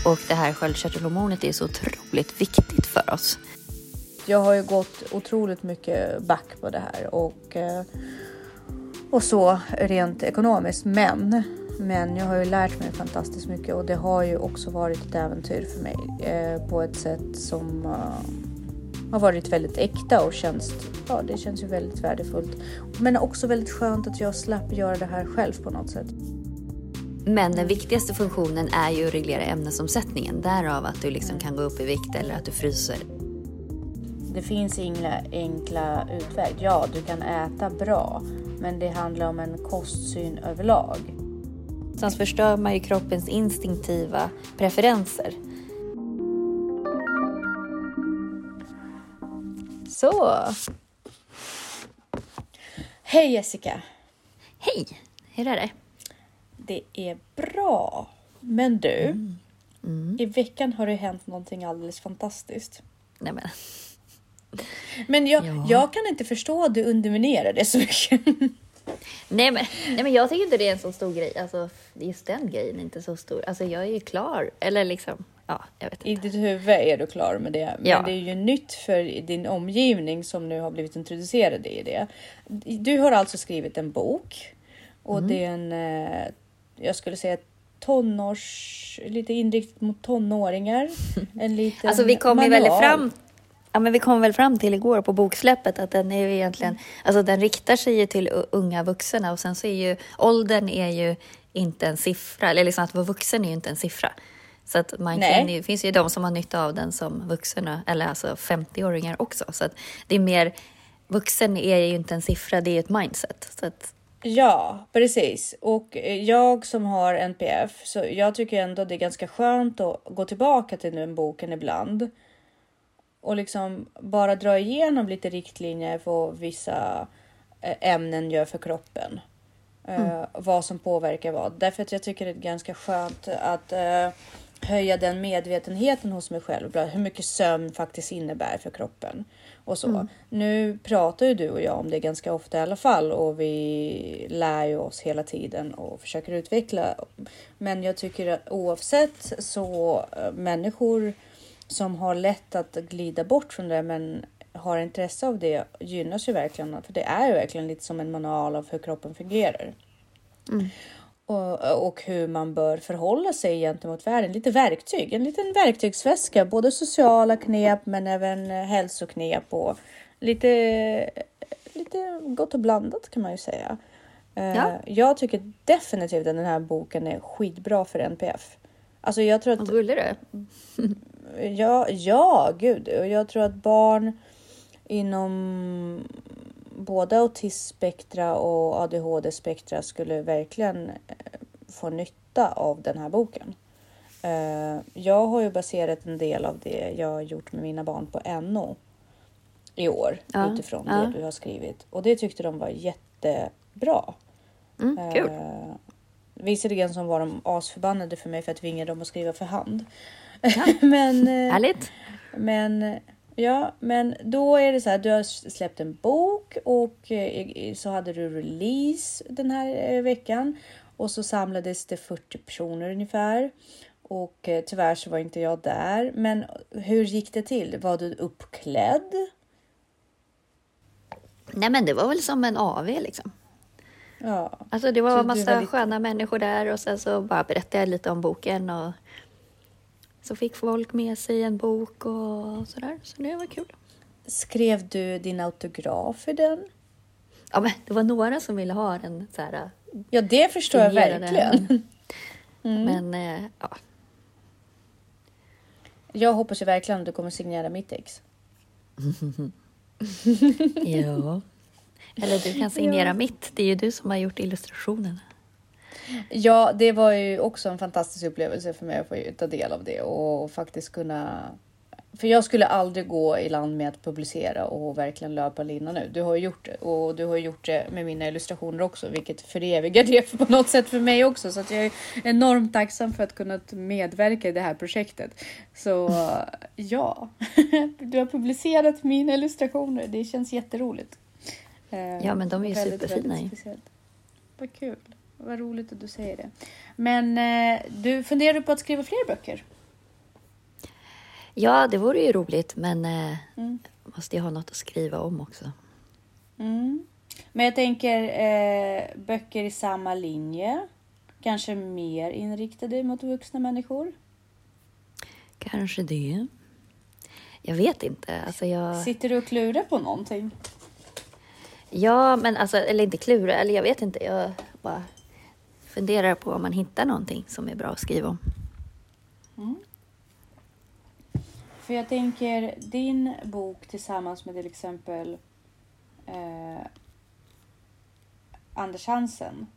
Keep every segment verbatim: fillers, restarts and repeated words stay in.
Och det här sköldkörtelhormonet är så otroligt viktigt för oss. Jag har ju gått otroligt mycket back på det här och, och så rent ekonomiskt. Men, men jag har ju lärt mig fantastiskt mycket och det har ju också varit ett äventyr för mig eh, på ett sätt som uh, har varit väldigt äkta och känns, ja, det känns ju väldigt värdefullt. Men också väldigt skönt att jag slapp göra det här själv på något sätt. Men den viktigaste funktionen är ju att reglera ämnesomsättningen. Därav att du liksom kan gå upp i vikt eller att du fryser. Det finns inga enkla utväg. Ja, du kan äta bra. Men det handlar om en kostsyn överlag. Sen förstör man ju kroppens instinktiva preferenser. Så. Hej Jessica. Hej, hur är det? Det är bra. Men du, Mm. Mm. i veckan har det hänt någonting alldeles fantastiskt. Nej men. Men jag, Ja. jag kan inte förstå att du underminerar det så mycket. Nej men, nej men jag tycker inte det är en så stor grej. Alltså just den grejen är inte så stor. Alltså jag är ju klar. Eller liksom, ja jag vet inte. I ditt huvud är du klar med det. Men Ja. det är ju nytt för din omgivning som nu har blivit introducerad i det. Du har alltså skrivit en bok. Och Mm. det är en, eh, jag skulle säga tonårs, lite inriktat mot tonåringar. En liten Alltså vi kom ju manual. väl fram. Ja, men vi kom väl fram till igår på boksläppet att den är ju egentligen, alltså den riktar sig ju till u- unga vuxna och sen så är ju åldern är ju inte en siffra, eller liksom att vara vuxen är ju inte en siffra. Så att man Nej. kan ju, det finns ju de som har nytta av den som vuxna, eller alltså femtio-åringar också. Så att det är mer, vuxen är ju inte en siffra, det är ett mindset. Så att, Ja, precis. Och jag som har N P F, så jag tycker ändå det är ganska skönt att gå tillbaka till den boken ibland. Och liksom bara dra igenom lite riktlinjer för vad vissa ämnen gör för kroppen. Mm. Uh, vad som påverkar vad. Därför att jag tycker det är ganska skönt att uh, höja den medvetenheten hos mig själv. Hur mycket sömn faktiskt innebär för kroppen. Och så. Mm. Nu pratar ju du och jag om det ganska ofta i alla fall. Och vi lär ju oss hela tiden och försöker utveckla. Men jag tycker att oavsett så uh, människor som har lätt att glida bort från det men har intresse av det gynnas ju verkligen. För det är ju verkligen lite som en manual av hur kroppen fungerar. mm. Och, och hur man bör förhålla sig gentemot världen. Lite verktyg. En liten verktygsväska. Både sociala knep men även hälsoknep. Och lite, lite gott och blandat kan man ju säga. Ja. Jag tycker definitivt att den här boken är skitbra för N P F. Alltså jag tror att... Vad gullig du är. Ja, ja, gud. Och jag tror att barn inom både autismspektra och A D H D-spektra skulle verkligen få nytta av den här boken. Jag har ju baserat en del av det jag har gjort med mina barn på N O i år. Ja, utifrån ja. det du har skrivit. Och det tyckte de var jättebra. Mm, kul. Visserligen som var de asförbannade för mig för att tvinga dem att skriva för hand. Ja. men, Härligt. Men, ja, men då är det så här, du har släppt en bok och så hade du release den här veckan. Och så samlades det fyrtio personer ungefär. Och tyvärr så var inte jag där. Men hur gick det till? Var du uppklädd? Nej men det var väl som en A V liksom. Ja. Alltså det var en massa var lite... sköna människor där och sen så bara berättade jag lite om boken och så fick folk med sig en bok och sådär. Så det var kul. Skrev du din autograf i den? Ja men det var några som ville ha den så här. Ja det förstår jag verkligen. Mm. Men eh, ja. Jag hoppas ju verkligen att du kommer signera mitt ex. Ja. Eller du kan signera ja. mitt. Det är ju du som har gjort illustrationerna. Ja, det var ju också en fantastisk upplevelse för mig att få ta del av det. Och faktiskt kunna... För jag skulle aldrig gå i land med att publicera och verkligen löpa linan nu. Du har ju gjort det. Och du har gjort det med mina illustrationer också. Vilket förevigar det på något sätt för mig också. Så att jag är enormt tacksam för att kunna medverka i det här projektet. Så ja, du har publicerat mina illustrationer. Det känns jätteroligt. Ja, men de är ju väldigt, superfina. Väldigt Vad kul. Vad roligt att du säger det. Men eh, du funderar på att skriva fler böcker? Ja, det vore ju roligt, men eh, Mm. måste jag ha något att skriva om också. Mm. Men jag tänker eh, böcker i samma linje. Kanske mer inriktade mot vuxna människor. Kanske det. Jag vet inte. Alltså jag... Sitter du och klurar på någonting? Ja, men alltså, eller inte klura, eller jag vet inte. Jag bara funderar på om man hittar någonting som är bra att skriva om. Mm. För jag tänker, din bok tillsammans med till exempel eh, Anders Hansen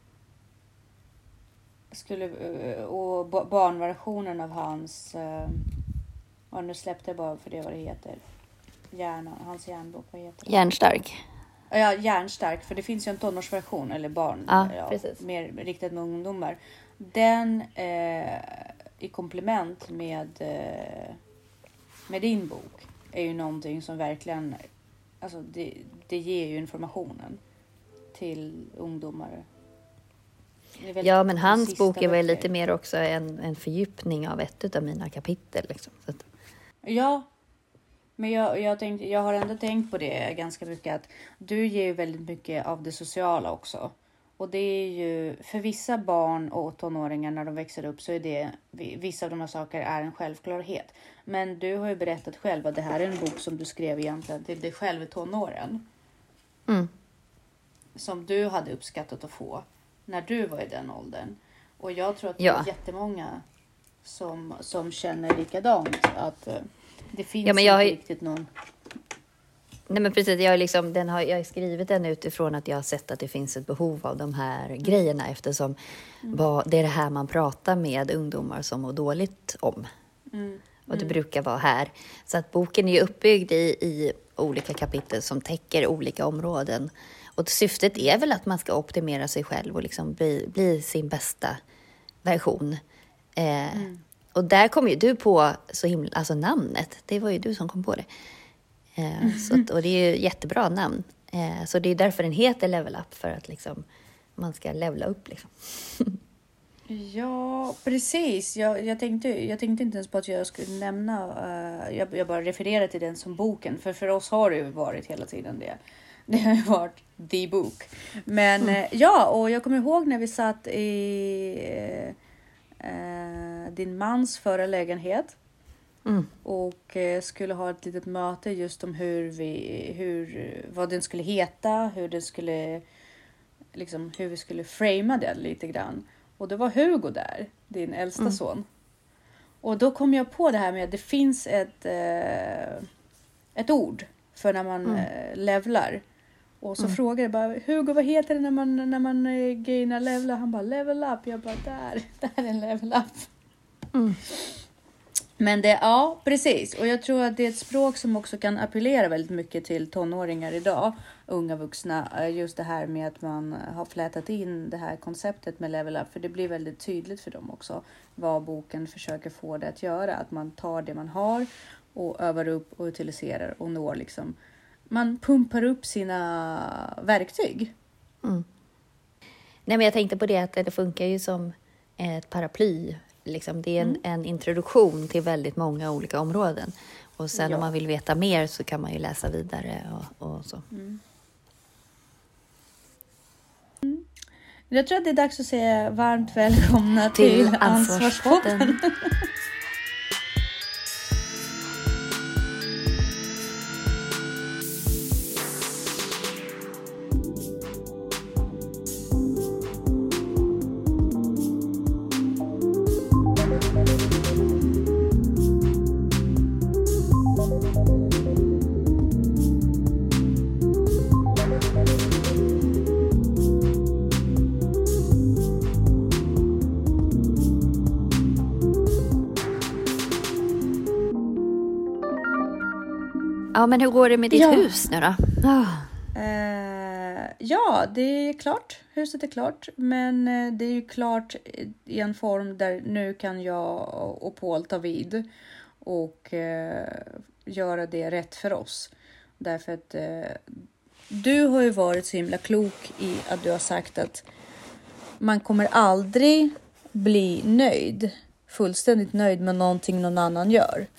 skulle, eh, och ba- barnversionen av hans, eh, och nu släppte jag bara för det vad det heter, Hjärnan, hans järnbok, vad heter det? Järnstark. Ja, Hjärnstark, för det finns ju en tonårsversion eller barn, Ja, precis. mer riktat med ungdomar. Den eh, i komplement med eh, med din bok är ju någonting som verkligen, alltså det, det ger ju informationen till ungdomar. Det är väldigt- Ja, men hans sista bok är väl böcker. lite mer också en, en fördjupning av ett av mina kapitel. Liksom. Så att, Ja, men jag, jag, tänkte, jag har ändå tänkt på det ganska mycket, att du ger ju väldigt mycket av det sociala också. Och det är ju, för vissa barn och tonåringar när de växer upp så är det, vissa av de här saker är en självklarhet. Men du har ju berättat själv att det här är en bok som du skrev egentligen till dig själv i tonåren. mm. Som du hade uppskattat att få när du var i den åldern. Och jag tror att det Ja. är jättemånga som, som känner likadant. Att eh, det finns Ja, men jag har inte ju- riktigt någon... Nej, men precis. Jag har, liksom, den har, jag har skrivit den utifrån att jag har sett att det finns ett behov av de här grejerna eftersom vad, det är det här man pratar med ungdomar som mår dåligt om. Mm. Och det brukar vara här. Så att boken är ju uppbyggd i, i olika kapitel som täcker olika områden. Och syftet är väl att man ska optimera sig själv och liksom bli, bli sin bästa version. Eh, Mm. Och där kom ju du på så himla, alltså namnet. Det var ju du som kom på det. Eh, så att, och det är ju jättebra namn. Eh, så det är därför den heter Level Up. För att liksom, man ska levla upp liksom. Ja, precis. Jag, jag, tänkte, jag tänkte inte ens på att jag skulle nämna... Uh, jag, jag bara refererar till den som boken. För för oss har det ju varit hela tiden det. Det har ju varit the book. Men Mm. eh, ja, och jag kommer ihåg när vi satt i eh, din mans förra lägenhet. Mm. Och eh, skulle ha ett litet möte just om hur vi, hur, vad den skulle heta, hur den skulle, liksom hur vi skulle framea den lite grann. Och det var Hugo där, din äldsta Mm. son. Och då kom jag på det här med att det finns ett, eh, ett ord för när man Mm. eh, levlar. Och så Mm. frågade jag bara, Hugo, vad heter det när man, när man eh, gainar levlar? Han bara, level up. Jag bara, där, där är en level up. Mm. Men det, ja, precis. Och jag tror att det är ett språk som också kan appellera väldigt mycket till tonåringar idag. Unga vuxna. Just det här med att man har flätat in det här konceptet med level up. För det blir väldigt tydligt för dem också. Vad boken försöker få det att göra. Att man tar det man har och övar upp och utiliserar och når liksom. Man pumpar upp sina verktyg. Mm. Nej, men jag tänkte på det att det funkar ju som ett paraply. Liksom. Det är en, Mm. en introduktion till väldigt många olika områden. Och sen Ja. om man vill veta mer så kan man ju läsa vidare och, och så. Mm. Mm. Jag tror att det är dags att säga varmt välkomna till, Till Ansvarspodden. Ansvarspodden. Ja, men hur går det med ditt Ja. hus nu då? Ah. Eh, ja, det är klart. Huset är klart. Men eh, det är ju klart i en form där nu kan jag och Paul ta vid. Och eh, göra det rätt för oss. Därför att eh, du har ju varit så himla klok i att du har sagt att man kommer aldrig bli nöjd. Fullständigt nöjd med någonting någon annan gör.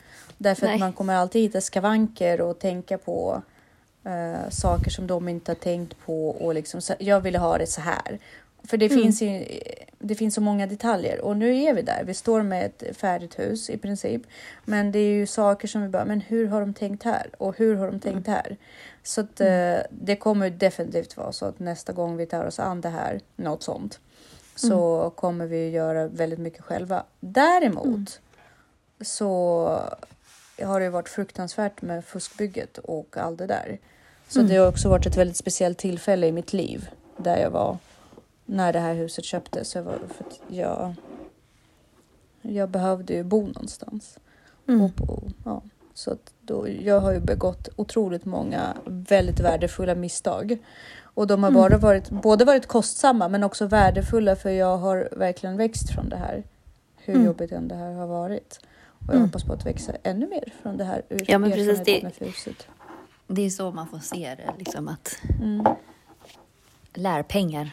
Därför Nej. att man kommer alltid hitta skavanker och tänka på uh, saker som de inte har tänkt på. Och liksom, så, jag ville ha det så här. För det, mm. finns ju, det finns så många detaljer. Och nu är vi där. Vi står med ett färdigt hus i princip. Men det är ju saker som vi bara, men hur har de tänkt här? Och hur har de tänkt mm. här? Så att, mm. uh, det kommer definitivt vara så att nästa gång vi tar oss an det här, något sånt. Så mm. kommer vi göra väldigt mycket själva. Däremot mm. så har det varit fruktansvärt med fuskbygget och allt det där. Så mm. det har också varit ett väldigt speciellt tillfälle i mitt liv. Där jag var när det här huset köptes. Så jag, var, för att jag, jag behövde ju bo någonstans. Mm. Och, och, ja, så att då, jag har ju begått otroligt många väldigt värdefulla misstag. Och de har mm. bara varit, både varit kostsamma men också värdefulla. För jag har verkligen växt från det här. Hur mm. jobbigt än det här har varit. Och jag mm. hoppas på att växa ännu mer från det här. Ur ja men precis, det, det är så man får se det. Liksom att mm. lärpengar.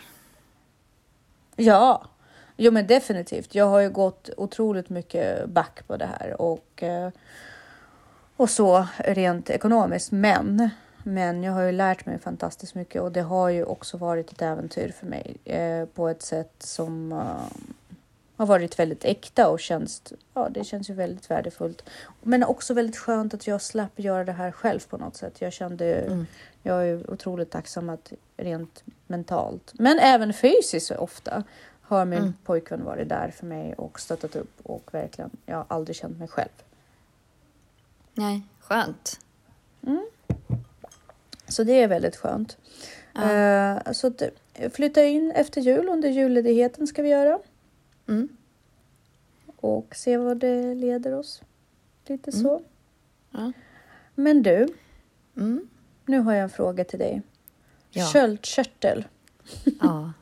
Ja, jo men definitivt. Jag har ju gått otroligt mycket back på det här. Och, och så rent ekonomiskt. Men... Men jag har ju lärt mig fantastiskt mycket och det har ju också varit ett äventyr för mig eh, på ett sätt som uh, har varit väldigt äkta och känns, ja, det känns ju väldigt värdefullt. Men också väldigt skönt att jag slapp göra det här själv på något sätt. Jag kände, mm. jag är otroligt tacksam att rent mentalt, men även fysiskt ofta har min mm. pojkvän varit där för mig och stöttat upp och verkligen, jag har aldrig känt mig själv. Nej, skönt. Mm. Så det är väldigt skönt. Ja. Uh, så att flytta in efter jul, under julledigheten ska vi göra. Mm. Och se vad det leder oss. Lite mm. så. Ja. Men du, mm. nu har jag en fråga till dig. Ja. Sköldkörtel. Ja.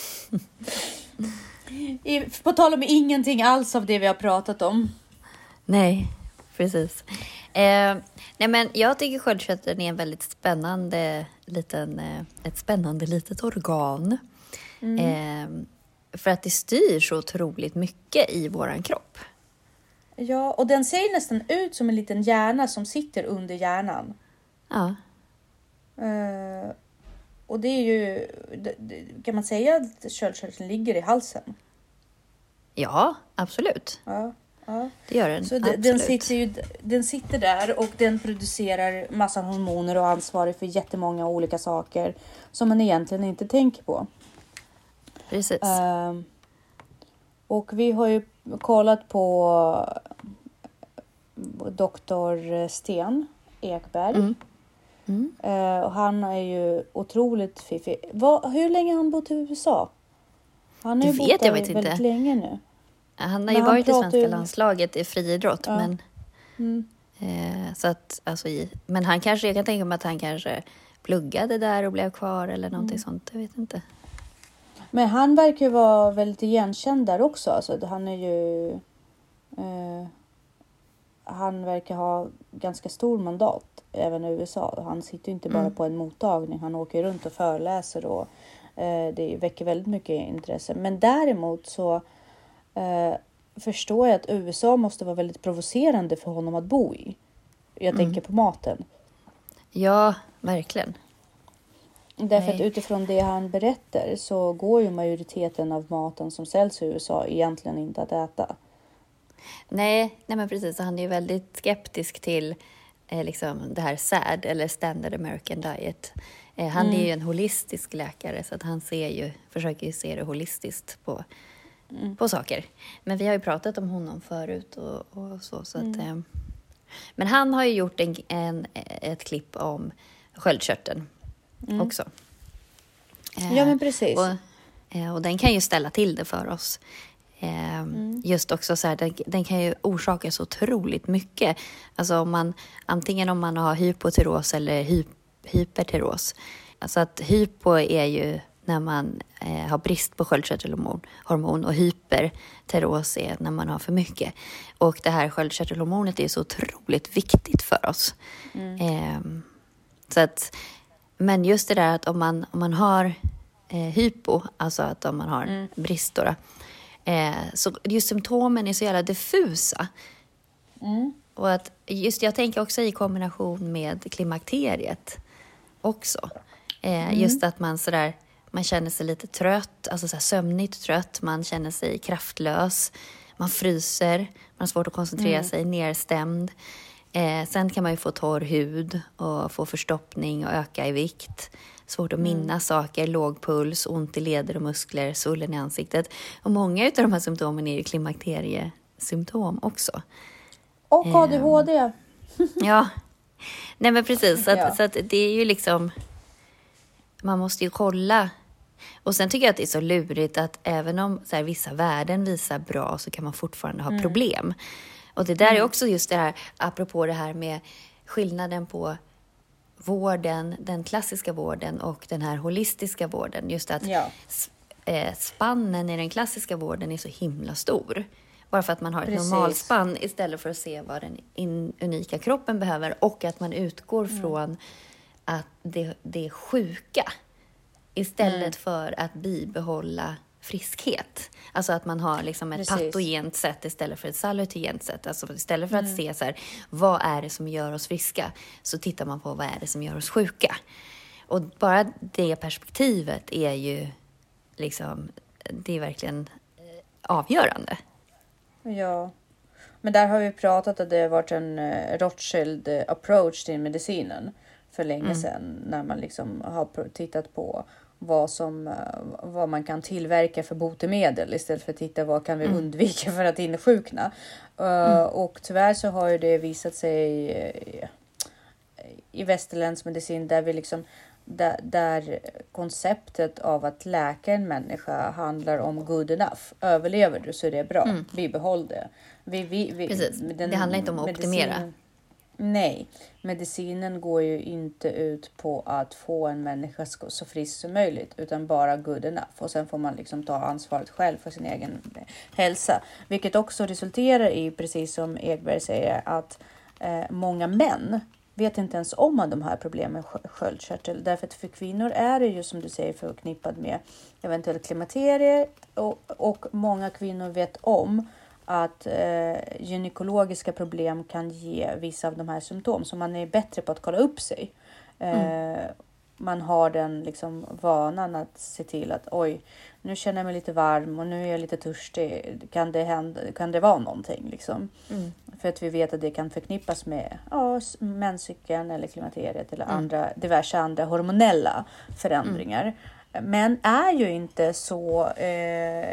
I, på tal om ingenting alls av det vi har pratat om. Nej, precis. Eh, nej men jag tycker sköldkörteln är en väldigt spännande liten, eh, ett spännande litet organ. Mm. Eh, för att det styr så otroligt mycket i våran kropp. Ja, och den ser nästan ut som en liten hjärna som sitter under hjärnan. Ja. Eh, och det är ju, kan man säga att sköldkörteln ligger i halsen? Ja, absolut. Ja. Ja. Det gör den, så d- den, sitter ju, den sitter där och den producerar massa hormoner och ansvarar för jättemånga olika saker som man egentligen inte tänker på. Precis. Uh, och vi har ju kollat på doktor Sten Ekberg. Mm. Mm. Uh, och han är ju otroligt fiffig. Vad, hur länge har han bott i U S A? Han har ju bott där väldigt inte. länge nu. Han har ju varit i svenska ju... landslaget i friidrott, ja. men mm. eh, så att alltså i, men han kanske, jag kan tänka mig att han kanske pluggade där och blev kvar eller någonting mm. sånt, jag vet inte. Men han verkar ju vara väldigt igenkänd där också, alltså han är ju eh, han verkar ha ganska stor mandat även i U S A. Han sitter ju inte bara mm. på en mottagning, han åker runt och föreläser och eh, det väcker väldigt mycket intresse. Men däremot så Uh, förstår jag att U S A måste vara väldigt provocerande för honom att bo i. Jag mm. tänker på maten. Ja, verkligen. Därför Nej. att utifrån det han berättar så går ju majoriteten av maten som säljs i U S A egentligen inte att äta. Nej, nej men precis. Han är ju väldigt skeptisk till eh, liksom det här S A D eller Standard American Diet. Eh, han mm. är ju en holistisk läkare så att han ser ju, försöker ju se det holistiskt på Mm. på saker. Men vi har ju pratat om honom förut och, och så. så mm. att, eh. Men han har ju gjort en, en, ett klipp om sköldkörteln mm. också. Eh, ja, men precis. Och, eh, och den kan ju ställa till det för oss. Eh, mm. Just också så här, den, den kan ju orsaka så otroligt mycket. Alltså om man, antingen om man har hypotyros eller hy, hypertyros. Alltså att hypo är ju när man eh, har brist på sköldkörtelhormon hormon, och hypertyros är när man har för mycket. Och det här sköldkörtelhormonet är så otroligt viktigt för oss. Mm. Eh, så att, men just det där att om man, om man har eh, hypo, alltså att om man har mm. brist då, eh, så just symptomen är så jävla diffusa. Mm. Och att just jag tänker också i kombination med klimakteriet också. Eh, mm. Just att man sådär, man känner sig lite trött, alltså så här sömnigt trött, man känner sig kraftlös, man fryser, man har svårt att koncentrera mm. sig, nerstämd. Eh, sen kan man ju få torr hud och få förstoppning och öka i vikt. Svårt att minnas mm. saker, låg puls, ont i leder och muskler, svullen i ansiktet. Och många av de här symptomen är ju klimakteriesymptom också. Och A D H D. Eh, ja, nej men precis. Så att, ja. så att det är ju liksom, man måste ju kolla. Och sen tycker jag att det är så lurigt att även om så här, vissa värden visar bra så kan man fortfarande ha mm. problem. Och det där mm. är också just det här, apropå det här med skillnaden på vården, den klassiska vården och den här holistiska vården. Just att ja. spannen i den klassiska vården är så himla stor. Bara för att man har ett Precis. normalspann istället för att se vad den in, unika kroppen behöver. Och att man utgår mm. från att det, det är sjuka istället mm. för att bibehålla friskhet. Alltså att man har liksom ett Precis. patogent sätt istället för ett salutogent sätt. Alltså istället för att mm. se så här, vad är det som gör oss friska, så tittar man på vad är det som gör oss sjuka. Och bara det perspektivet är ju liksom, det är verkligen avgörande. Ja, men där har vi pratat att det har varit en Rothschild approach till medicinen för länge mm. sedan, när man liksom har tittat på vad, som, vad man kan tillverka för botemedel istället för att titta vad kan vi mm. undvika för att insjukna. Mm. Uh, och tyvärr så har ju det visat sig i, i västerländsk medicin där vi liksom där, där konceptet av att läka en människa handlar om good enough. Överlever du så är det bra. Mm. Bibehåll det. Vi, vi, vi, Precis. Den, det handlar inte om att optimera. Medicin, nej, medicinen går ju inte ut på att få en människa så frisk som möjligt, utan bara good enough. Och sen får man liksom ta ansvaret själv för sin egen hälsa. Vilket också resulterar i, precis som Ekberg säger, att eh, många män vet inte ens om de här problemen med sköldkörtel. Därför att för kvinnor är det ju, som du säger, förknippat med eventuellt klimakteriet. Och, och många kvinnor vet om att eh, gynekologiska problem kan ge vissa av de här symptom. Så man är bättre på att kolla upp sig. Eh, mm. Man har den liksom vanan att se till att oj, nu känner jag mig lite varm och nu är jag lite törstig. Kan det, hända, kan det vara någonting? Liksom? Mm. För att vi vet att det kan förknippas med ja, menscykeln eller klimakteriet eller mm. andra, diverse andra hormonella förändringar. Mm. Men är ju inte så eh,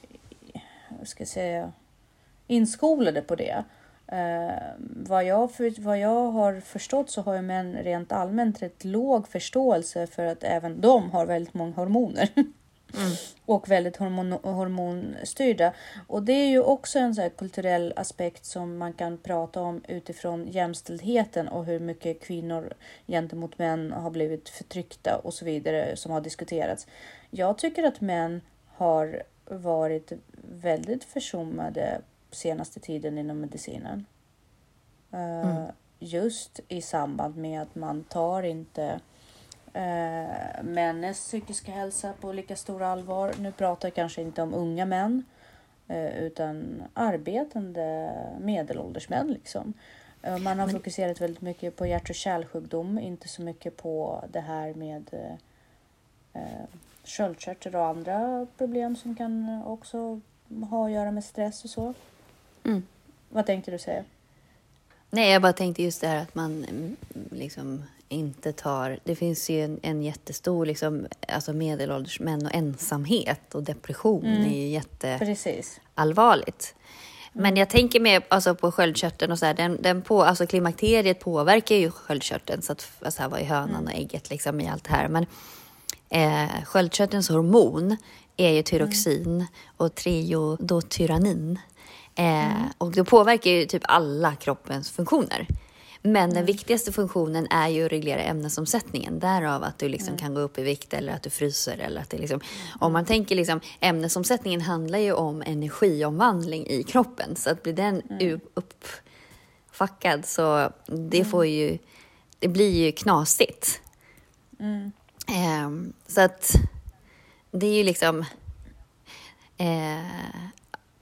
vad ska jag säga, inskolade på det. Uh, vad, jag för, vad jag har förstått så har ju män rent allmänt rätt låg förståelse för att även de har väldigt många hormoner. Mm. Och väldigt hormon, hormonstyrda. Och det är ju också en så här kulturell aspekt som man kan prata om utifrån jämställdheten och hur mycket kvinnor gentemot män har blivit förtryckta och så vidare, som har diskuterats. Jag tycker att män har varit väldigt försummade senaste tiden inom medicinen. Mm. Uh, just i samband med att man tar inte uh, männens psykiska hälsa på lika stor allvar. Nu pratar jag kanske inte om unga män uh, utan arbetande medelålders män liksom. Uh, man har Men... fokuserat väldigt mycket på hjärt- och kärlsjukdom, inte så mycket på det här med uh, sköldkörtel och andra problem som kan också ha att göra med stress och så. Mm. Vad tänkte du säga? Nej, jag bara tänkte just det här att man liksom inte tar... Det finns ju en, en jättestor liksom, alltså medelålders män och ensamhet och depression mm. är ju jätteallvarligt. Mm. Men jag tänker mer alltså, på sköldkörteln och så här, den, den på, alltså klimakteriet påverkar ju sköldkörteln så att alltså, här var i hönan mm. och ägget liksom i allt det här. Men eh, sköldkörtelns hormon är ju tyroxin mm. och triodotyranin. Eh, mm. Och det påverkar ju typ alla kroppens funktioner. Men mm. den viktigaste funktionen är ju att reglera ämnesomsättningen. Därav att du liksom mm. kan gå upp i vikt eller att du fryser. Eller att det liksom, mm. om man tänker liksom, ämnesomsättningen handlar ju om energiomvandling i kroppen. Så att blir den mm. uppfackad så det får ju, det blir ju knasigt. Mm. Eh, så att det är ju liksom... Eh,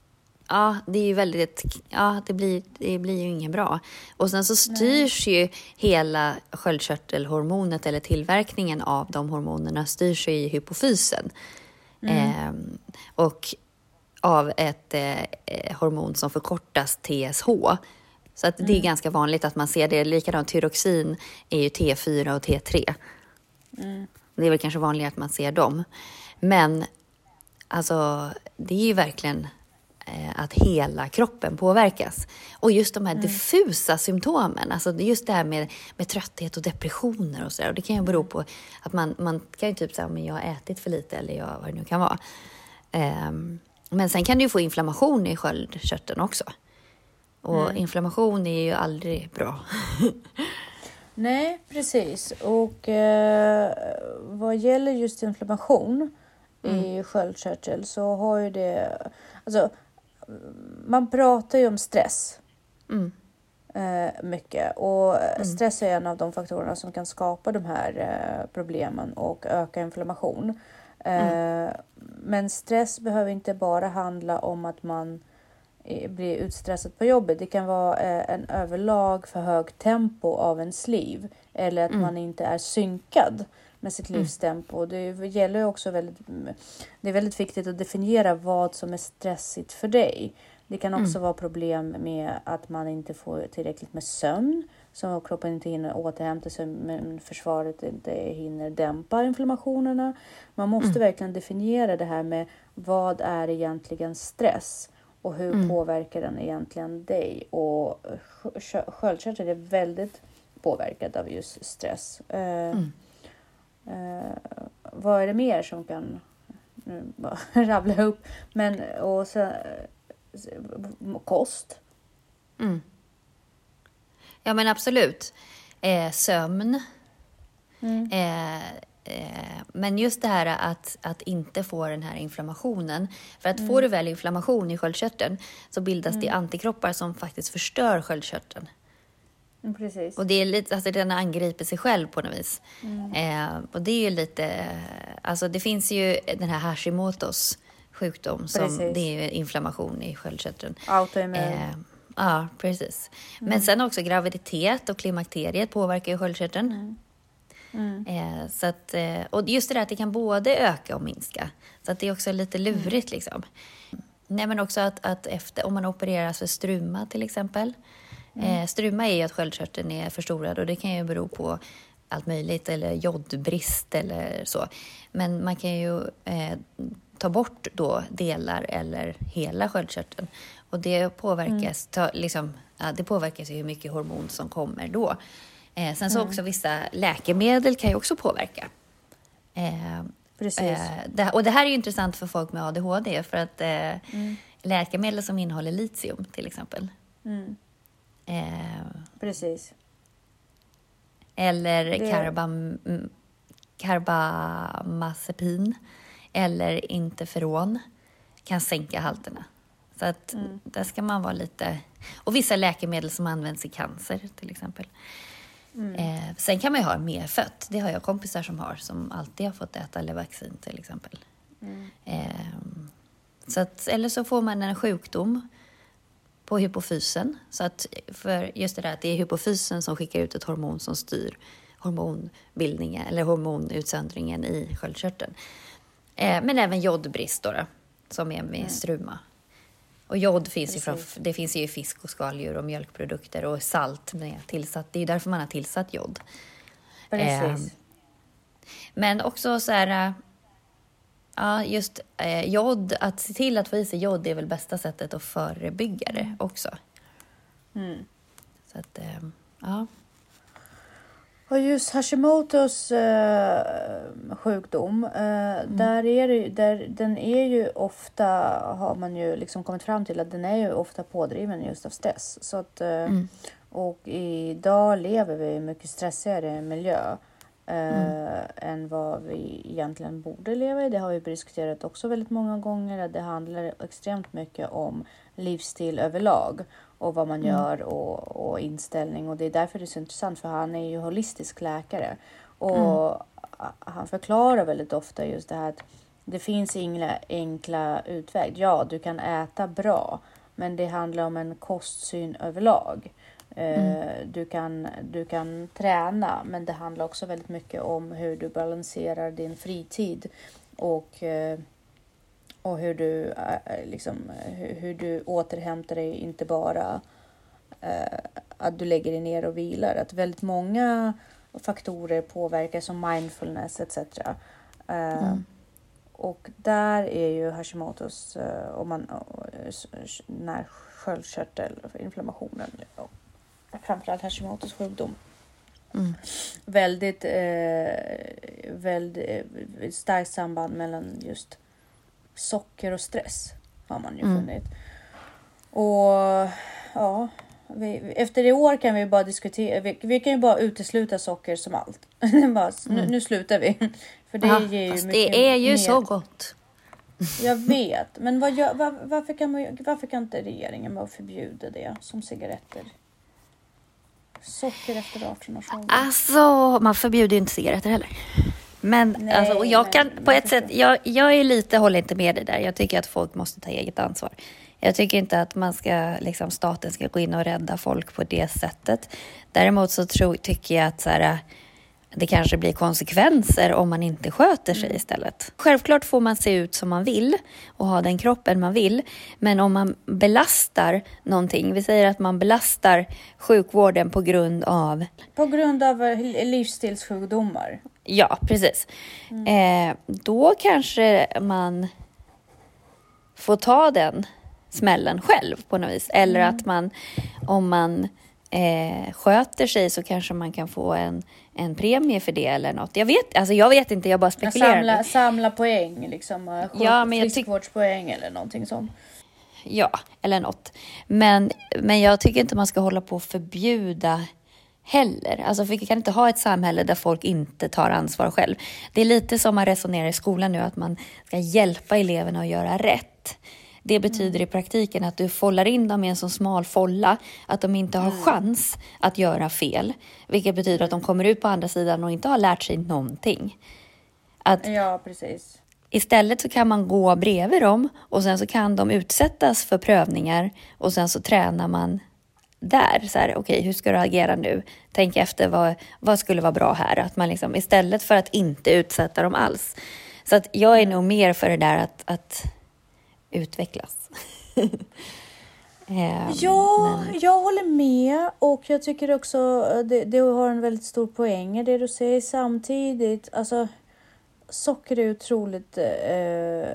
ja, det är ju väldigt, ja, det blir, det blir ju inget bra. Och sen så styrs Nej. ju hela sköldkörtelhormonet eller tillverkningen av de hormonerna styrs ju i hypofysen. Mm. Eh, och av ett eh, hormon som förkortas T S H. Så att mm. det är ganska vanligt att man ser det. Likadant tyroxin är ju T fyra och T tre. Mm. Det är väl kanske vanligare att man ser dem. Men alltså, det är ju verkligen eh, att hela kroppen påverkas. Och just de här mm. diffusa symptomen, alltså just det här med, med trötthet och depressioner och sådär. Och det kan ju bero på att man, man kan ju typ säga, men jag har ätit för lite eller jag, vad det nu kan vara. Eh, men sen kan du ju få inflammation i sköldkörteln också. Och mm. inflammation är ju aldrig bra. Nej, precis. Och eh, vad gäller just inflammation mm. i sköldkörtel så har ju det... Alltså, man pratar ju om stress mm. eh, mycket. Och mm. stress är en av de faktorerna som kan skapa de här eh, problemen och öka inflammation. Eh, mm. Men stress behöver inte bara handla om att man blir utstressad på jobbet. Det kan vara eh, en överlag för hög tempo av ens liv. Eller att mm. man inte är synkad med sitt livstempo. Mm. Det gäller också väldigt, det är väldigt viktigt att definiera vad som är stressigt för dig. Det kan också mm. vara problem med att man inte får tillräckligt med sömn. Så kroppen inte hinner återhämta sig, men försvaret inte hinner dämpa inflammationerna. Man måste mm. verkligen definiera det här med vad är egentligen stress. Och hur mm. påverkar den egentligen dig? Och sköldkörteln är väldigt påverkad av just stress. Mm. Uh, uh, vad är det mer som kan nu bara rabbla upp? Men och så, uh, kost. Mm. Ja men absolut. Eh, sömn. Mm. Eh, Men just det här att, att inte få den här inflammationen. För att mm. får du väl inflammation i sköldkörteln så bildas mm. det antikroppar som faktiskt förstör sköldkörteln. Mm, precis. Och det är lite, alltså den angriper sig själv på något vis. Mm. Eh, och det är ju lite, alltså det finns ju den här Hashimotos sjukdom som precis. Det är ju inflammation i sköldkörteln. Autoimmun. Eh, ja, precis. Mm. Men sen också graviditet och klimakteriet påverkar ju sköldkörteln. Mm. Mm. Eh, så att, eh, och just det där att det kan både öka och minska. Så att det är också lite lurigt mm. liksom. Nej, men också att, att efter, om man opereras för struma till exempel. Mm. Eh, struma är ju att sköldkörteln är förstorad och det kan ju bero på allt möjligt. Eller jodbrist eller så. Men man kan ju eh, ta bort då delar eller hela sköldkörteln. Och det påverkas, mm. ta, liksom, ja, det påverkas ju hur mycket hormon som kommer då. Eh, sen så mm. också vissa läkemedel kan ju också påverka. Eh, Precis. Eh, det, och det här är ju intressant för folk med A D H D. För att eh, mm. läkemedel som innehåller litium till exempel. Mm. Eh, Precis. Eller det... karbam, karbamazepin. Eller interferon. Kan sänka halterna. Så att mm. där ska man vara lite... Och vissa läkemedel som används i cancer till exempel. Mm. Eh, sen kan man ju ha mer fött. Det har jag kompisar som har. Som alltid har fått äta Levaxin till exempel. Mm. Eh, så att, eller så får man en sjukdom på hypofysen. Så att för just det där att det är hypofysen som skickar ut ett hormon som styr hormonbildningen eller hormonutsöndringen i sköldkörteln. Eh, men även jodbrist då, då som är med mm. struma. Och jod finns ju, från, det finns ju i fisk och skaldjur och mjölkprodukter och salt med tillsatt. Det är ju därför man har tillsatt jod. Eh, men också så här, ja, just eh, jod, att se till att få i sig jod är väl bästa sättet att förebygga det mm. också. Mm. Så att, eh, ja. Och just Hashimotos eh, sjukdom, eh, mm. där är det, där, den är ju ofta, har man ju liksom kommit fram till att den är ju ofta pådriven just av stress. Så att, eh, mm. Och idag lever vi i mycket stressigare miljö eh, mm. än vad vi egentligen borde leva i. Det har vi diskuterat också väldigt många gånger, att det handlar extremt mycket om livsstil överlag. Och vad man mm. gör och, och inställning. Och det är därför det är så intressant. För han är ju holistisk läkare. Och mm. han förklarar väldigt ofta just det här att det finns inga enkla utväg. Ja, du kan äta bra, men det handlar om en kostsyn överlag. Mm. Du kan, du kan träna, men det handlar också väldigt mycket om hur du balanserar din fritid och, och hur du liksom, hur du återhämtar dig, inte bara att du lägger dig ner och vilar. Att väldigt många faktorer påverkar, som mindfulness et cetera. Mm. Och där är ju Hashimotos, om man, när sköldkörtelinflammationen, framförallt Hashimotos sjukdom, mm. väldigt, eh, väldigt starkt samband mellan just socker och stress, har man ju mm. funnit. Och ja, vi, efter i år kan vi bara diskutera, vi, vi kan ju bara utesluta socker som allt. bara, mm. nu, nu slutar vi. För det, ja, ger ju fast mycket det är ju mer. Så gott. Jag vet, men vad gör, var, varför, kan man, varför kan inte regeringen bara förbjuda det som cigaretter? Socker efter arton års ålder. Alltså, man förbjuder ju inte cigaretter heller. Men Nej, alltså, och jag men, kan på ett sätt, jag, jag är lite, håller inte med det där. Jag tycker att folk måste ta eget ansvar. Jag tycker inte att man ska, liksom, staten ska gå in och rädda folk på det sättet. Däremot så tror, tycker jag att så här, det kanske blir konsekvenser om man inte sköter sig mm. istället. Självklart får man se ut som man vill och ha den kroppen man vill. Men om man belastar någonting, vi säger att man belastar sjukvården på grund av... På grund av livsstilssjukdomar. Ja, precis. Mm. Eh, då kanske man får ta den smällen själv på något vis. Eller mm. att man, om man eh, sköter sig, så kanske man kan få en, en premie för det eller något. Jag vet, alltså jag vet inte, jag bara spekulerar. Samla, samla poäng, liksom. Ja, men jag friskvårdspoäng eller någonting sånt. Ja, eller något. Men, men jag tycker inte man ska hålla på att förbjuda heller. Alltså, för vi kan inte ha ett samhälle där folk inte tar ansvar själv. Det är lite som man resonerar i skolan nu, att man ska hjälpa eleverna att göra rätt. Det betyder i praktiken att du follar in dem i en så smal folla att de inte har chans att göra fel. Vilket betyder att de kommer ut på andra sidan och inte har lärt sig någonting. Att ja, precis. Istället så kan man gå bredvid dem och sen så kan de utsättas för prövningar och sen så tränar man där. Så här, okej, okay, hur ska du agera nu? Tänk efter, vad, vad skulle vara bra här? Att man liksom, istället för att inte utsätta dem alls. Så att jag är nog mer för det där att, att utvecklas. um, ja, men... jag håller med, och jag tycker också det, det har en väldigt stor poäng i det du säger. Samtidigt, alltså socker är otroligt eh,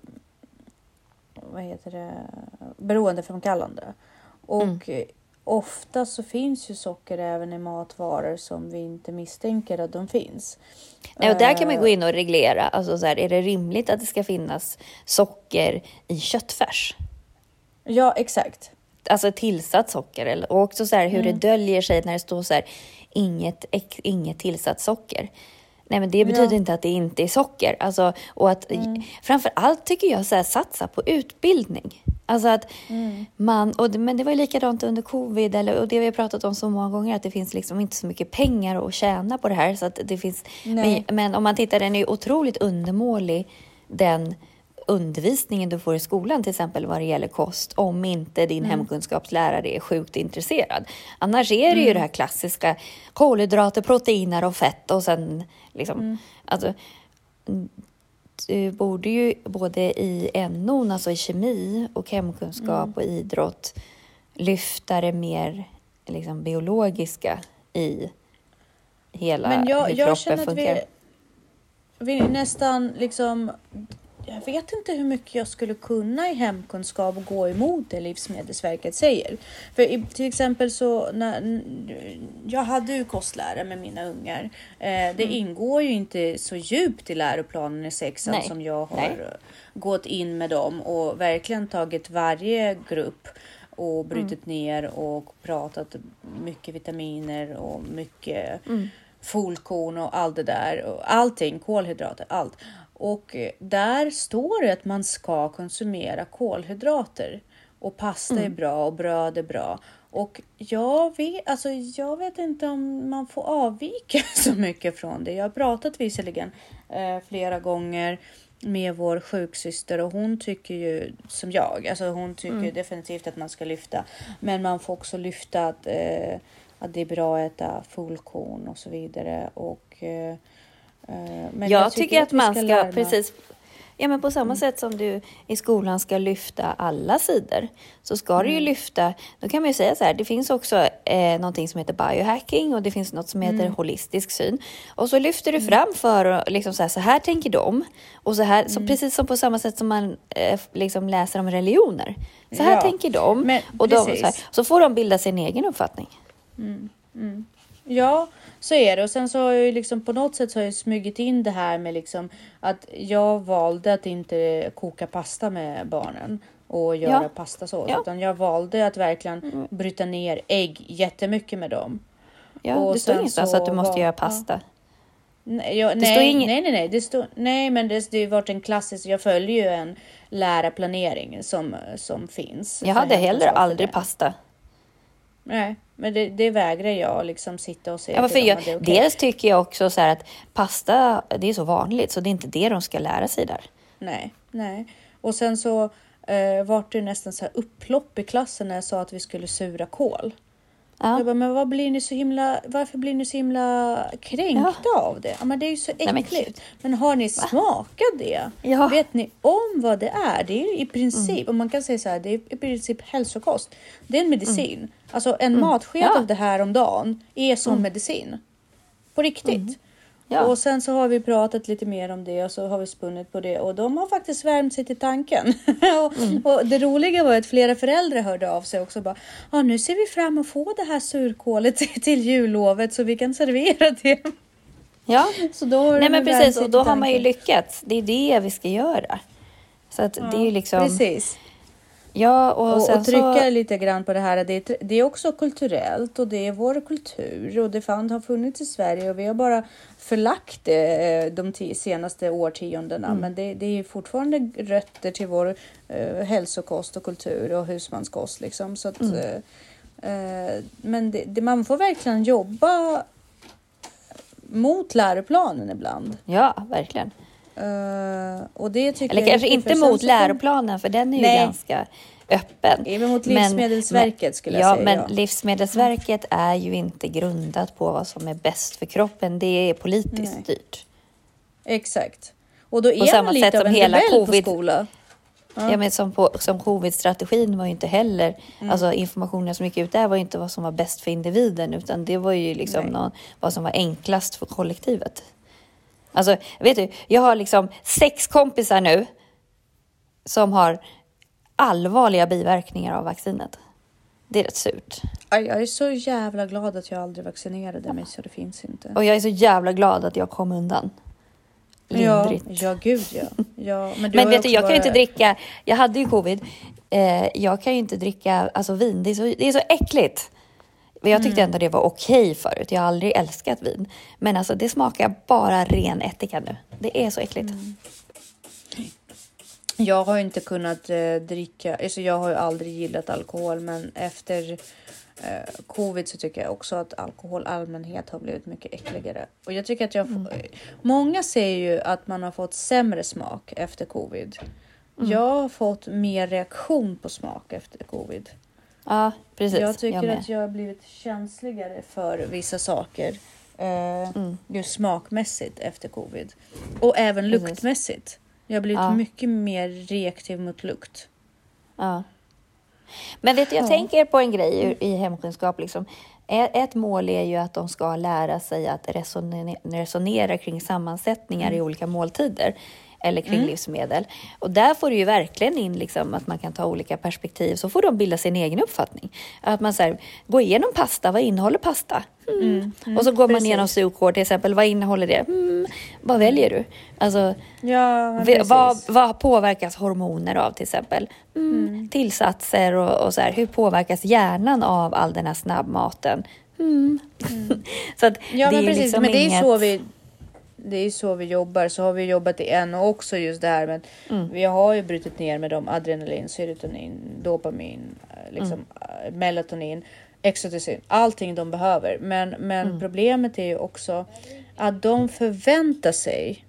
vad heter det, beroendeframkallande. Och mm. ofta så finns ju socker även i matvaror som vi inte misstänker att de finns. Nej, och där kan man gå in och reglera. Alltså så här, är det rimligt att det ska finnas socker i köttfärs? Ja, exakt. Alltså tillsatt socker. Eller, och också så här, hur mm. det döljer sig när det står så här, inget, inget tillsatt socker. Nej, men det betyder ja. inte att det inte är socker. Alltså, och att mm. framför allt tycker jag så här, satsa på utbildning. Alltså att mm. man, och, men det var ju likadant under covid, eller, och det vi har pratat om så många gånger, att det finns liksom inte så mycket pengar att tjäna på det här. Så att det finns, men, men om man tittar, den är ju otroligt undermålig, den undervisningen du får i skolan till exempel vad det gäller kost, om inte din mm. hemkunskapslärare är sjukt intresserad. Annars är det mm. ju det här klassiska kolhydrater, proteiner och fett och sen liksom, mm. alltså du borde ju både i N O, alltså i kemi och hemkunskap mm. och idrott, lyfta det mer liksom biologiska i hela Men jag, hur jag kroppen funkar. Vi, vi nästan liksom, jag vet inte hur mycket jag skulle kunna i hemkunskap och gå emot det Livsmedelsverket säger. För till exempel så, när, jag hade ju kostlära med mina ungar. Eh, det mm. ingår ju inte så djupt i läroplanen i sexan Nej. som jag har Nej. gått in med dem och verkligen tagit varje grupp och brutit mm. ner och pratat mycket vitaminer och mycket mm. folkorn och allt det där. Och allting, kolhydrater, allt. Och där står det att man ska konsumera kolhydrater. Och pasta mm. är bra och bröd är bra. Och jag vet, alltså jag vet inte om man får avvika så mycket från det. Jag har pratat visserligen eh, flera gånger med vår sjuksyster och hon tycker ju som jag, alltså hon tycker Mm. definitivt att man ska lyfta, men man får också lyfta att, eh, att det är bra att äta fullkorn och så vidare och eh, men jag, jag tycker, tycker att vi man ska, lära- precis, ja men på samma sätt som du i skolan ska lyfta alla sidor, så ska du ju lyfta, då kan man ju säga så här, det finns också eh, någonting som heter biohacking och det finns något som heter holistisk syn. Och så lyfter du fram för och liksom så här, så här tänker de. Och så här, så precis som på samma sätt som man eh, liksom läser om religioner. Så här Ja, tänker de. men Och de så, precis. här, så får de bilda sin egen uppfattning. Ja, så är det. Och sen så har jag ju liksom på något sätt så har jag smugit in det här med liksom att jag valde att inte koka pasta med barnen och göra Ja. pastasås. Ja. Utan jag valde att verkligen bryta ner ägg jättemycket med dem. Ja, Och det står sen ingenstans så att du måste var- göra pasta. Nej, jag, Det nej, står ingen- nej, nej, nej, det står, nej, men det, det har varit en klassisk, jag följer ju en lärarplanering som, som finns. Jag för hade heller hemkunskap för aldrig det. pasta. Nej, men det, det vägrar jag liksom sitta och säga Ja, men för till dem jag, att det är okej. dels tycker jag också så här att pasta, det är så vanligt, så det är inte det de ska lära sig där. Nej, nej. Och sen så eh, vart det nästan så här upplopp i klassen när jag sa att vi skulle sura kål. Ja. Jag bara, men vad blir ni så himla, varför blir ni så himla kränkta av det? Ja, men det är ju så men äckligt. gud. men, har ni smakat det? Ja. Vet ni om vad det är? Det är ju i princip, och man kan säga så här, det är i princip hälsokost. Det är en medicin. Alltså en matsked Ja. av det här om dagen är som medicin. På riktigt. Ja. Och sen så har vi pratat lite mer om det och så har vi spunnit på det och de har faktiskt värmt sig till tanken. och, Mm. och det roliga var att flera föräldrar hörde av sig också och bara, ah, nu ser vi fram emot att få det här surkålet till, till jullovet så vi kan servera det. Ja. Så då har Nej de men värmt precis, sig och då till har man ju tanken. lyckats. Det är det vi ska göra. Så att det är ju liksom... Precis. Ja, och, Och, sen och trycka så... lite grann på det här. Det är, det är också kulturellt och det är vår kultur och det fan har funnits i Sverige och vi har bara förlagt det eh, de tio senaste årtiondena. Mm. Men det, det är fortfarande rötter till vår eh, hälsokost och kultur och husmanskost liksom. Så att, Mm. eh, eh, men det, det, man får verkligen jobba mot läroplanen ibland. Ja, verkligen. Eh, och det tycker Eller jag är kanske viktigt, inte för sen mot så kom- läroplanen, för den är ju Nej. ganska öppen. Även mot Men- Livsmedelsverket skulle jag ja, säga. men ja. Livsmedelsverket är ju inte grundat på vad som är bäst för kroppen. Det är politiskt Nej. styrt. Exakt. Och då är samma man lite sätt av som en hela rebell covid- på skola. Ja. men som, på, som covid-strategin var ju inte heller, Mm. alltså informationen som gick ut där var ju inte vad som var bäst för individen, utan det var ju liksom Nej. någon, vad som var enklast för kollektivet. Alltså, vet du, jag har liksom sex kompisar nu som har allvarliga biverkningar av vaccinet. Det är rätt surt. Aj, Jag är så jävla glad att jag aldrig vaccinerade mig så det finns inte. Och jag är så jävla glad att jag kom undan. Ja, Lindrigt. ja, gud ja. ja men du Men har vet du, också jag kan ju bara- inte dricka, jag hade ju covid, eh, jag kan ju inte dricka alltså vin, det är så, det är så äckligt. Men jag tyckte Mm. ändå det var okej förut, jag har aldrig älskat vin. Men alltså det smakar bara ren ättika nu, det är så äckligt. Mm. Jag har ju inte kunnat eh, dricka, alltså jag har ju aldrig gillat alkohol, men efter eh, covid så tycker jag också att alkohol allmänhet har blivit mycket äckligare. Och jag tycker att jag, Mm. många säger ju att man har fått sämre smak efter covid. Jag har fått mer reaktion på smak efter covid. Ja, precis. Jag tycker med. att jag har blivit känsligare för vissa saker. Eh, Mm. Just smakmässigt efter covid. Och även Precis. luktmässigt. Jag har blivit Ja. mycket mer reaktiv mot lukt. Ja. Men vet du, jag Ja. tänker på en grej i- i hemkunskap. Liksom. Ett ett mål är ju att de ska lära sig att resonera, resonera kring sammansättningar Mm. i olika måltider eller kring livsmedel. Och där får du ju verkligen in liksom att man kan ta olika perspektiv. Så får de bilda sin egen uppfattning. Att man så här, går igenom pasta, vad innehåller pasta? Mm. och så går man precis. igenom surkål till exempel, vad innehåller det? Mm. Vad väljer du? Alltså, Ja, men V- precis. vad, vad påverkas hormoner av till exempel? Mm, Tillsatser och, och så här. Hur påverkas hjärnan av all den här snabbmaten? Mm. så att Ja, det men är precis. liksom Men det är inget... så vi... Det är så vi jobbar. Så har vi jobbat i en och också just det här. Men Mm. vi har ju brutit ner med dem adrenalin, serotonin, dopamin, eh, liksom, eh, melatonin, exoticin. Allting de behöver. Men, men Mm. problemet är ju också att de förväntar sig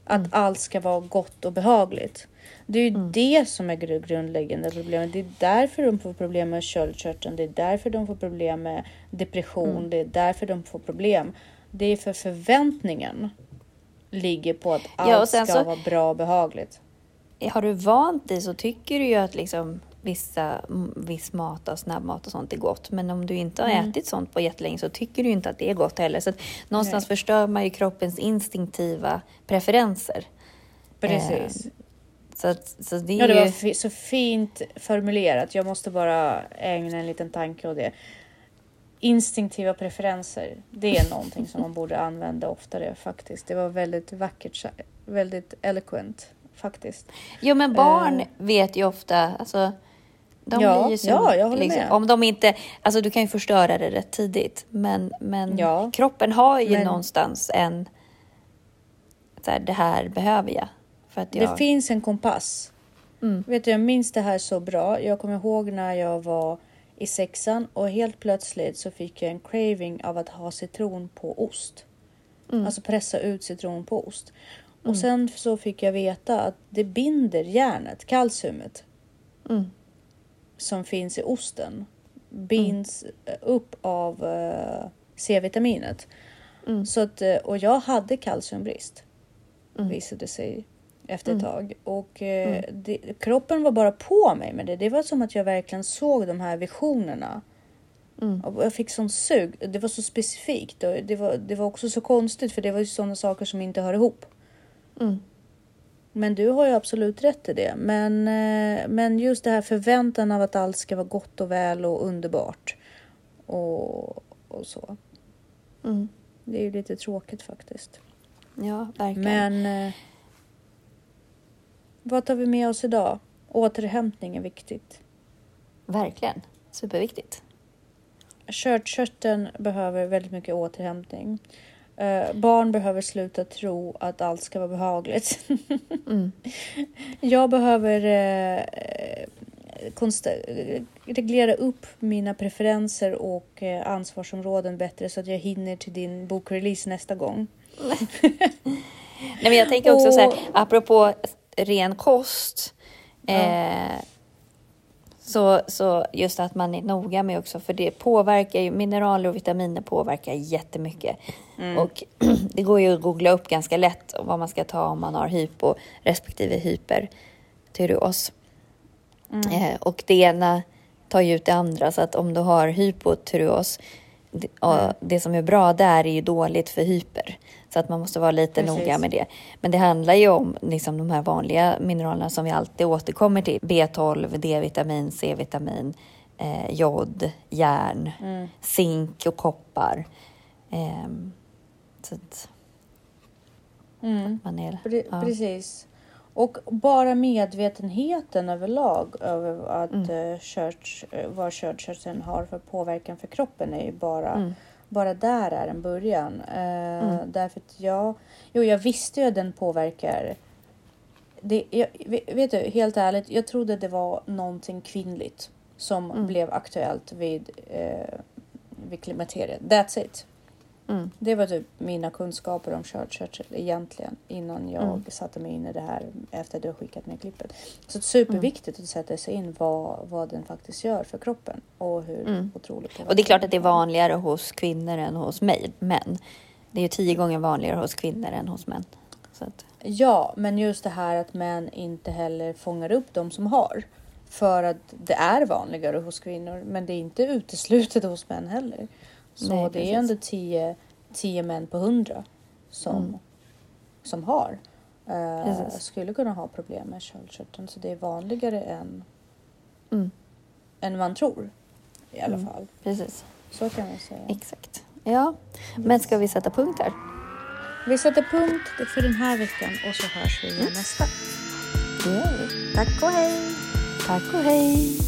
Att Mm. allt ska vara gott och behagligt. Det är ju Mm. det som är det grundläggande problemet. Det är därför de får problem med köldkörteln. Det är därför de får problem med depression. Mm. Det är därför de får problem. Det är för förväntningen ligger på att allt Ja, och sen ska så- vara bra och behagligt. Har du vant dig så tycker du ju att liksom vissa, m- viss mat och snabbmat och sånt är gott. Men om du inte har Mm. ätit sånt på jättelänge så tycker du ju inte att det är gott heller. Så att någonstans Nej. förstör man ju kroppens instinktiva preferenser. Precis. Så, att, så det är Ja, det ju... var fi- så fint formulerat. Jag måste bara ägna en liten tanke åt det. Instinktiva preferenser. Det är någonting som man borde använda oftare faktiskt. Det var väldigt vackert, sa- väldigt eloquent faktiskt. Jo, men barn Eh. vet ju ofta, alltså, de Ja, blir ju så, ja, jag håller med. Om de inte, alltså du kan ju förstöra det rätt tidigt, men, men Ja. kroppen har ju Men- någonstans en, så här, det här behöver jag. För att jag, Det finns en kompass. Mm. Vet du, jag minns det här så bra. Jag kommer ihåg när jag var i sexan och helt plötsligt så fick jag en craving av att ha citron på ost. Mm. Alltså pressa ut citron på ost. Och sen så fick jag veta att det binder järnet, kalciumet, Mm. som finns i osten. Binds upp av eh, C-vitaminet. Mm. Så att, eh, och jag hade kalciumbrist. Mm. Visade det sig efter ett Mm. tag. Och eh, det, kroppen var bara på mig med det. Det var som att jag verkligen såg de här visionerna. Mm. Och jag fick sån sug. Det var så specifikt. Och det, var, det var också så konstigt. För det var ju sådana saker som inte hör ihop. Mm. Men du har ju absolut rätt i det. Men, eh, men just det här förväntan av att allt ska vara gott och väl och underbart. Och, och så. Mm. Det är ju lite tråkigt faktiskt. Ja, verkligen. Men eh, vad tar vi med oss idag? Återhämtning är viktigt. Verkligen. Superviktigt. Köldkörteln behöver väldigt mycket återhämtning. Eh, barn behöver sluta tro att allt ska vara behagligt. Mm. Jag behöver eh, konsta- reglera upp mina preferenser och eh, ansvarsområden bättre så att jag hinner till din bokrelease nästa gång. Nej, men jag tänker också Och- så här, apropå ren kost. Ja. Eh, så, så just att man är noga med också, för det påverkar ju, mineraler och vitaminer påverkar jättemycket. Mm. Och det går ju att googla upp ganska lätt vad man ska ta om man har hypo respektive hypertyreos. Mm. Eh, och det ena tar ju ut det andra, så att om du har hypotyreos, det, och Mm. det som är bra där är ju dåligt för hyper. Så att man måste vara lite Precis. noga med det. Men det handlar ju om liksom de här vanliga mineralerna som vi alltid återkommer till. B tolv, D-vitamin, C-vitamin, eh, jod, järn, Mm. zink och koppar. Ehm, så att Mm. man är... Pre- ja. Precis. Och bara medvetenheten överlag över att Mm. mm. church, vad köldkörteln har för påverkan för kroppen är ju bara, Mm. bara där är en början. Eh, Mm. Därför att jag, jo, jag visste ju att den påverkar. Det, jag, vet du, helt ärligt, jag trodde det var någonting kvinnligt som Mm. blev aktuellt vid, eh, vid klimakteriet. That's it. Mm. Det var typ mina kunskaper om köldkörtel egentligen innan jag Mm. satte mig in i det här efter att du har skickat mig klippet. Så det är superviktigt att sätta sig in vad, vad den faktiskt gör för kroppen och hur Mm. otroligt Och det är klart att det är vanligare hos kvinnor än hos mig, män. Det är ju tio gånger vanligare hos kvinnor än hos män. Så att, Ja, men just det här att män inte heller fångar upp de som har. För att det är vanligare hos kvinnor, men det är inte uteslutet hos män heller. Så Nej, det precis. är ändå tio, tio män på hundra som, Mm. som har. Uh, Precis. skulle kunna ha problem med köldkörteln. Så det är vanligare än, mm, än man tror. I alla Mm. fall. precis. Så kan man säga. Exakt. Ja, men ska vi sätta punkt här? Vi sätter punkt för den här veckan och så hörs vi igen nästa. Det gör vi. Tack och hej! Tack och hej!